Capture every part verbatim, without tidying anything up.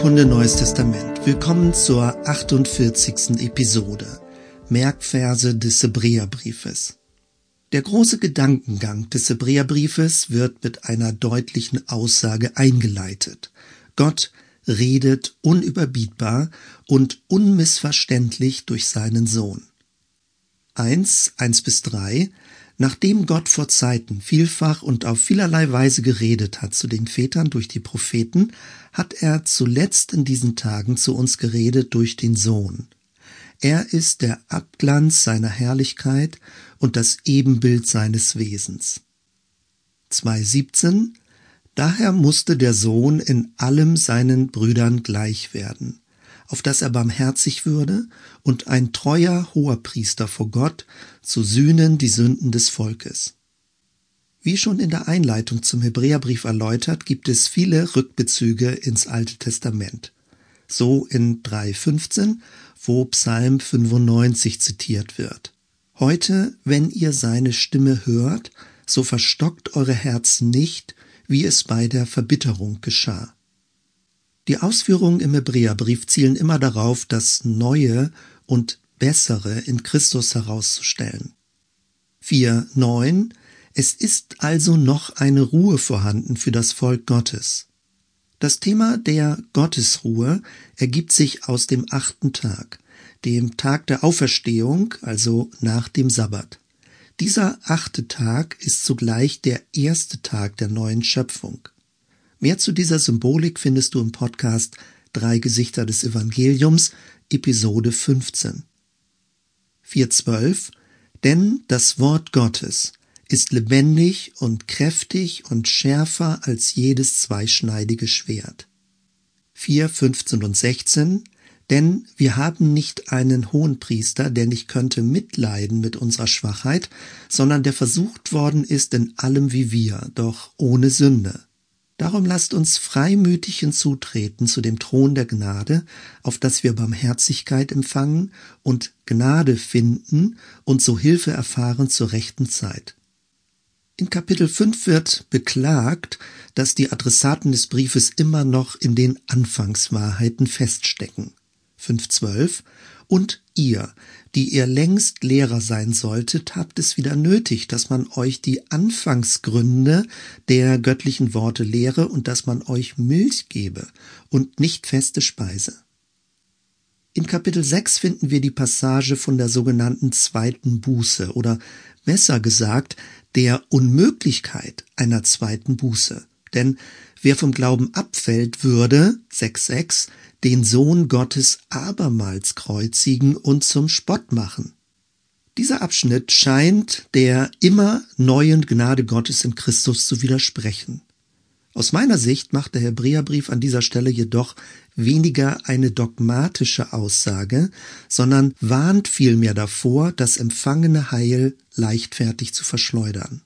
Bibelstunde Neues Testament. Willkommen zur achtundvierzigsten Episode. Merkverse des Hebräerbriefes. Der große Gedankengang des Hebräerbriefes wird mit einer deutlichen Aussage eingeleitet. Gott redet unüberbietbar und unmissverständlich durch seinen Sohn. eins, eins bis drei. Nachdem Gott vor Zeiten vielfach und auf vielerlei Weise geredet hat zu den Vätern durch die Propheten, hat er zuletzt in diesen Tagen zu uns geredet durch den Sohn. Er ist der Abglanz seiner Herrlichkeit und das Ebenbild seines Wesens. zwei, siebzehn. Daher musste der Sohn in allem seinen Brüdern gleich werden, auf dass er barmherzig würde und ein treuer Hoherpriester vor Gott zu sühnen die Sünden des Volkes. Wie schon in der Einleitung zum Hebräerbrief erläutert, gibt es viele Rückbezüge ins Alte Testament. So in drei fünfzehn, wo Psalm fünfundneunzig zitiert wird. Heute, wenn ihr seine Stimme hört, so verstockt eure Herzen nicht, wie es bei der Verbitterung geschah. Die Ausführungen im Hebräerbrief zielen immer darauf, das Neue und Bessere in Christus herauszustellen. vier, neun. Es ist also noch eine Ruhe vorhanden für das Volk Gottes. Das Thema der Gottesruhe ergibt sich aus dem achten Tag, dem Tag der Auferstehung, also nach dem Sabbat. Dieser achte Tag ist zugleich der erste Tag der neuen Schöpfung. Mehr zu dieser Symbolik findest du im Podcast Drei Gesichter des Evangeliums, Episode fünfzehn. vier, zwölf. Denn das Wort Gottes ist lebendig und kräftig und schärfer als jedes zweischneidige Schwert. vier, fünfzehn und sechzehn. Denn wir haben nicht einen Hohenpriester, der nicht könnte mitleiden mit unserer Schwachheit, sondern der versucht worden ist in allem wie wir, doch ohne Sünde. Darum lasst uns freimütig hinzutreten zu dem Thron der Gnade, auf dass wir Barmherzigkeit empfangen und Gnade finden und so Hilfe erfahren zur rechten Zeit. In Kapitel fünf wird beklagt, dass die Adressaten des Briefes immer noch in den Anfangswahrheiten feststecken. fünf, zwölf. Und ihr, die ihr längst Lehrer sein solltet, habt es wieder nötig, dass man euch die Anfangsgründe der göttlichen Worte lehre und dass man euch Milch gebe und nicht feste Speise. In Kapitel sechs finden wir die Passage von der sogenannten zweiten Buße oder besser gesagt der Unmöglichkeit einer zweiten Buße. Denn wer vom Glauben abfällt, würde, sechs, sechs, den Sohn Gottes abermals kreuzigen und zum Spott machen. Dieser Abschnitt scheint der immer neuen Gnade Gottes in Christus zu widersprechen. Aus meiner Sicht macht der Hebräerbrief an dieser Stelle jedoch weniger eine dogmatische Aussage, sondern warnt vielmehr davor, das empfangene Heil leichtfertig zu verschleudern.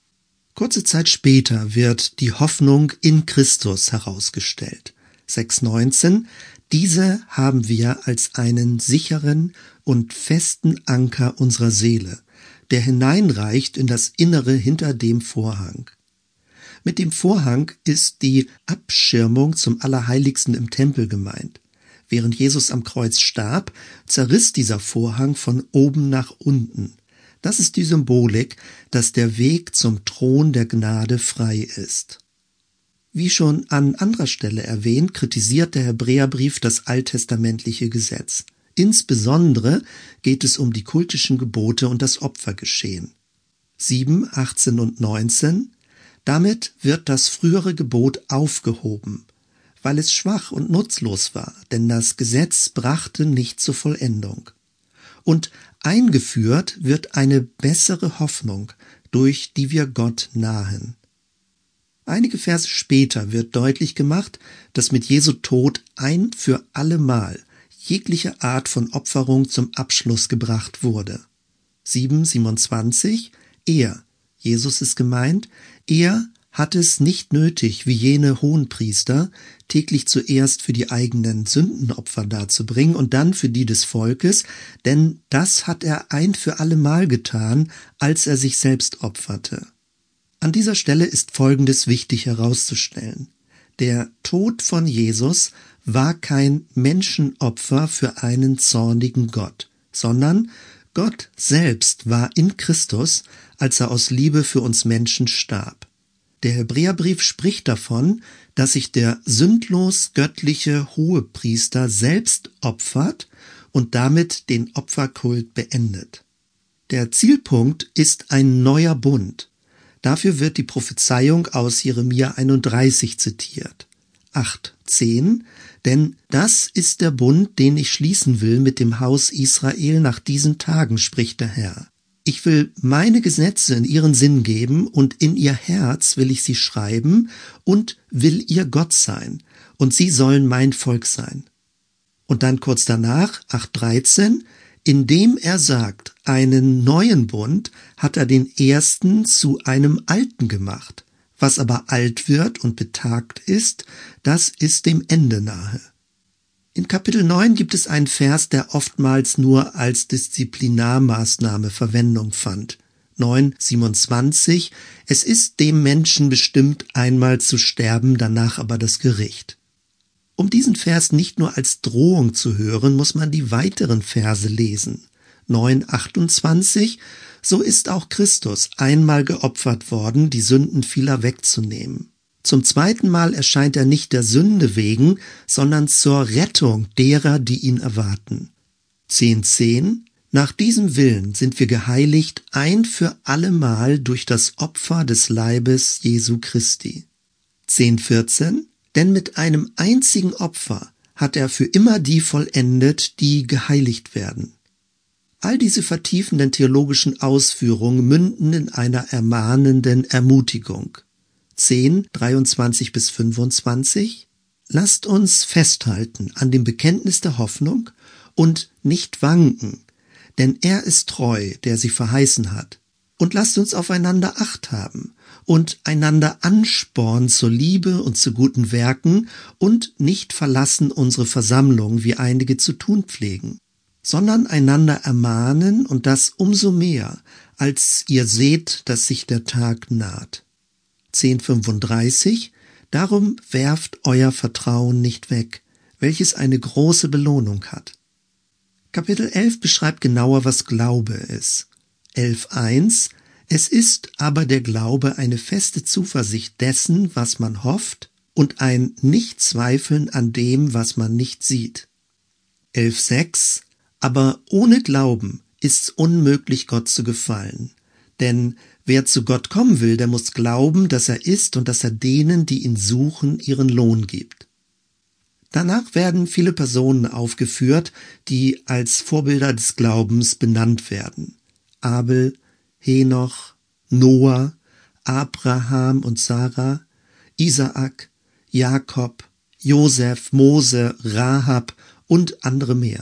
Kurze Zeit später wird die Hoffnung in Christus herausgestellt. sechs, neunzehn. Diese haben wir als einen sicheren und festen Anker unserer Seele, der hineinreicht in das Innere hinter dem Vorhang. Mit dem Vorhang ist die Abschirmung zum Allerheiligsten im Tempel gemeint. Während Jesus am Kreuz starb, zerriss dieser Vorhang von oben nach unten. Das ist die Symbolik, dass der Weg zum Thron der Gnade frei ist. Wie schon an anderer Stelle erwähnt, kritisiert der Hebräerbrief das alttestamentliche Gesetz. Insbesondere geht es um die kultischen Gebote und das Opfergeschehen. sieben, achtzehn und neunzehn. Damit wird das frühere Gebot aufgehoben, weil es schwach und nutzlos war, denn das Gesetz brachte nicht zur Vollendung. Und eingeführt wird eine bessere Hoffnung, durch die wir Gott nahen. Einige Verse später wird deutlich gemacht, dass mit Jesu Tod ein für allemal jegliche Art von Opferung zum Abschluss gebracht wurde. sieben, siebenundzwanzig. Er, Jesus ist gemeint, er hat es nicht nötig, wie jene Hohenpriester, täglich zuerst für die eigenen Sündenopfer darzubringen und dann für die des Volkes, denn das hat er ein für allemal getan, als er sich selbst opferte. An dieser Stelle ist Folgendes wichtig herauszustellen. Der Tod von Jesus war kein Menschenopfer für einen zornigen Gott, sondern Gott selbst war in Christus, als er aus Liebe für uns Menschen starb. Der Hebräerbrief spricht davon, dass sich der sündlos göttliche Hohepriester selbst opfert und damit den Opferkult beendet. Der Zielpunkt ist ein neuer Bund. Dafür wird die Prophezeiung aus Jeremia einunddreißig zitiert. acht, zehn, denn das ist der Bund, den ich schließen will mit dem Haus Israel nach diesen Tagen, spricht der Herr. Ich will meine Gesetze in ihren Sinn geben und in ihr Herz will ich sie schreiben und will ihr Gott sein und sie sollen mein Volk sein. Und dann kurz danach, acht, dreizehn, indem er sagt, einen neuen Bund hat er den ersten zu einem alten gemacht. Was aber alt wird und betagt ist, das ist dem Ende nahe. In Kapitel neun gibt es einen Vers, der oftmals nur als Disziplinarmaßnahme Verwendung fand. neun, siebenundzwanzig, es ist dem Menschen bestimmt, einmal zu sterben, danach aber das Gericht. Um diesen Vers nicht nur als Drohung zu hören, muss man die weiteren Verse lesen. neun, achtundzwanzig, so ist auch Christus einmal geopfert worden, die Sünden vieler wegzunehmen. Zum zweiten Mal erscheint er nicht der Sünde wegen, sondern zur Rettung derer, die ihn erwarten. zehn, zehn, nach diesem Willen sind wir geheiligt ein für allemal durch das Opfer des Leibes Jesu Christi. zehn, vierzehn, denn mit einem einzigen Opfer hat er für immer die vollendet, die geheiligt werden. All diese vertiefenden theologischen Ausführungen münden in einer ermahnenden Ermutigung. zehn, dreiundzwanzig bis fünfundzwanzig. Lasst uns festhalten an dem Bekenntnis der Hoffnung und nicht wanken, denn er ist treu, der sie verheißen hat. Und lasst uns aufeinander Acht haben und einander anspornen zur Liebe und zu guten Werken und nicht verlassen unsere Versammlung, wie einige zu tun pflegen, sondern einander ermahnen und das umso mehr, als ihr seht, dass sich der Tag naht. zehn, fünfunddreißig, darum werft euer Vertrauen nicht weg, welches eine große Belohnung hat. Kapitel elf beschreibt genauer, was Glaube ist. elf, eins, es ist aber der Glaube eine feste Zuversicht dessen, was man hofft, und ein Nichtzweifeln an dem, was man nicht sieht. elf, sechs, aber ohne Glauben ist's unmöglich, Gott zu gefallen. Denn wer zu Gott kommen will, der muss glauben, dass er ist und dass er denen, die ihn suchen, ihren Lohn gibt. Danach werden viele Personen aufgeführt, die als Vorbilder des Glaubens benannt werden. Abel, Henoch, Noah, Abraham und Sarah, Isaak, Jakob, Josef, Mose, Rahab und andere mehr.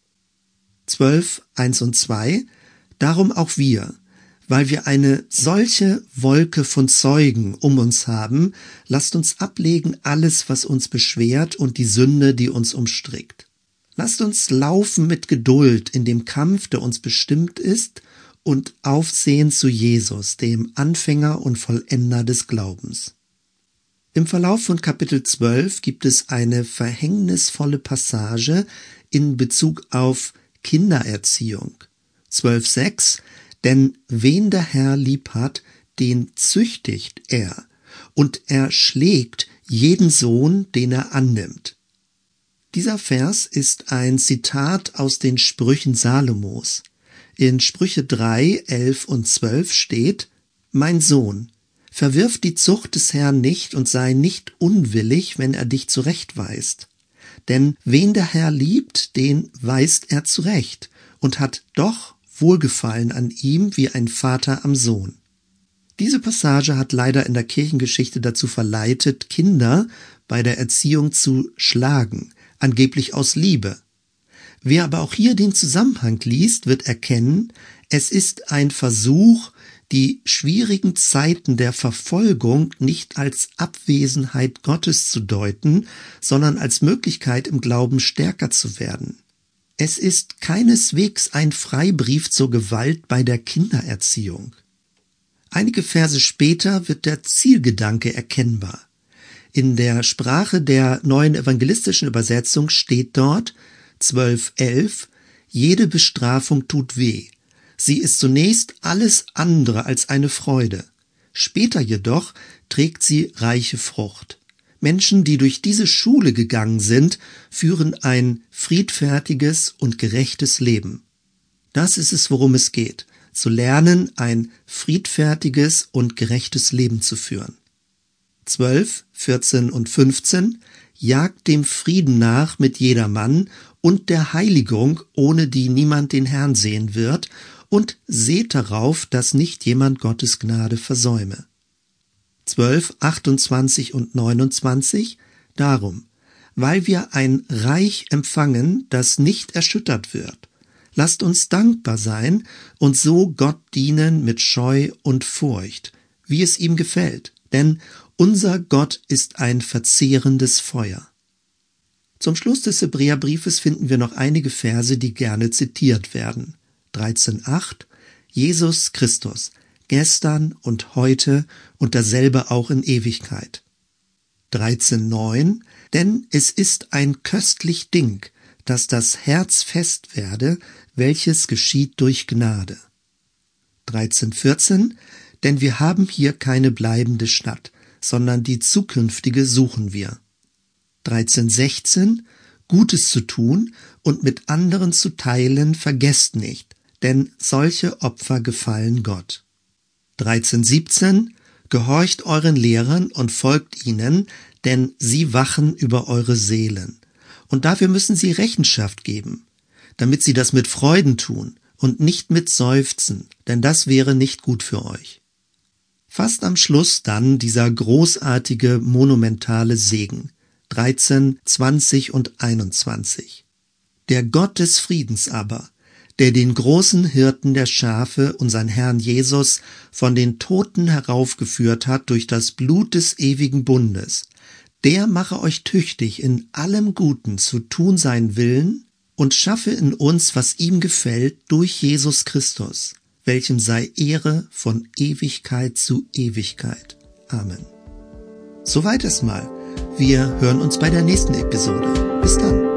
zwölf, eins und zwei, darum auch wir, weil wir eine solche Wolke von Zeugen um uns haben, lasst uns ablegen alles, was uns beschwert und die Sünde, die uns umstrickt. Lasst uns laufen mit Geduld in dem Kampf, der uns bestimmt ist, und aufsehen zu Jesus, dem Anfänger und Vollender des Glaubens. Im Verlauf von Kapitel zwölf gibt es eine verhängnisvolle Passage in Bezug auf Kindererziehung. zwölf, sechs, denn wen der Herr lieb hat, den züchtigt er, und er schlägt jeden Sohn, den er annimmt. Dieser Vers ist ein Zitat aus den Sprüchen Salomos. In Sprüche drei, elf und zwölf steht: Mein Sohn, verwirf die Zucht des Herrn nicht und sei nicht unwillig, wenn er dich zurechtweist. Denn wen der Herr liebt, den weist er zurecht und hat doch Wohlgefallen an ihm wie ein Vater am Sohn. Diese Passage hat leider in der Kirchengeschichte dazu verleitet, Kinder bei der Erziehung zu schlagen, angeblich aus Liebe. Wer aber auch hier den Zusammenhang liest, wird erkennen, es ist ein Versuch, die schwierigen Zeiten der Verfolgung nicht als Abwesenheit Gottes zu deuten, sondern als Möglichkeit, im Glauben stärker zu werden. Es ist keineswegs ein Freibrief zur Gewalt bei der Kindererziehung. Einige Verse später wird der Zielgedanke erkennbar. In der Sprache der neuen evangelistischen Übersetzung steht dort zwölf elf, jede Bestrafung tut weh. Sie ist zunächst alles andere als eine Freude. Später jedoch trägt sie reiche Frucht. Menschen, die durch diese Schule gegangen sind, führen ein friedfertiges und gerechtes Leben. Das ist es, worum es geht, zu lernen, ein friedfertiges und gerechtes Leben zu führen. zwölf, vierzehn und fünfzehn jagt dem Frieden nach mit jedermann und der Heiligung, ohne die niemand den Herrn sehen wird, und seht darauf, dass nicht jemand Gottes Gnade versäume. zwölf, achtundzwanzig und neunundzwanzig Darum, weil wir ein Reich empfangen, das nicht erschüttert wird, lasst uns dankbar sein und so Gott dienen mit Scheu und Furcht, wie es ihm gefällt, denn unser Gott ist ein verzehrendes Feuer. Zum Schluss des Hebräerbriefes finden wir noch einige Verse, die gerne zitiert werden. dreizehn acht Jesus Christus, gestern und heute und derselbe auch in Ewigkeit. dreizehn neun Denn es ist ein köstlich Ding, dass das Herz fest werde, welches geschieht durch Gnade. dreizehn vierzehn Denn wir haben hier keine bleibende Stadt, sondern die zukünftige suchen wir. dreizehn sechzehn Gutes zu tun und mit anderen zu teilen vergesst nicht, denn solche Opfer gefallen Gott. dreizehn siebzehn Gehorcht euren Lehrern und folgt ihnen, denn sie wachen über eure Seelen. Und dafür müssen sie Rechenschaft geben, damit sie das mit Freuden tun und nicht mit Seufzen, denn das wäre nicht gut für euch. Fast am Schluss dann dieser großartige, monumentale Segen. dreizehn, zwanzig und einundzwanzig. Der Gott des Friedens aber, der den großen Hirten der Schafe, unseren Herrn Jesus, von den Toten heraufgeführt hat durch das Blut des ewigen Bundes, der mache euch tüchtig, in allem Guten zu tun sein Willen und schaffe in uns, was ihm gefällt, durch Jesus Christus, welchem sei Ehre von Ewigkeit zu Ewigkeit. Amen. Soweit es mal. Wir hören uns bei der nächsten Episode. Bis dann.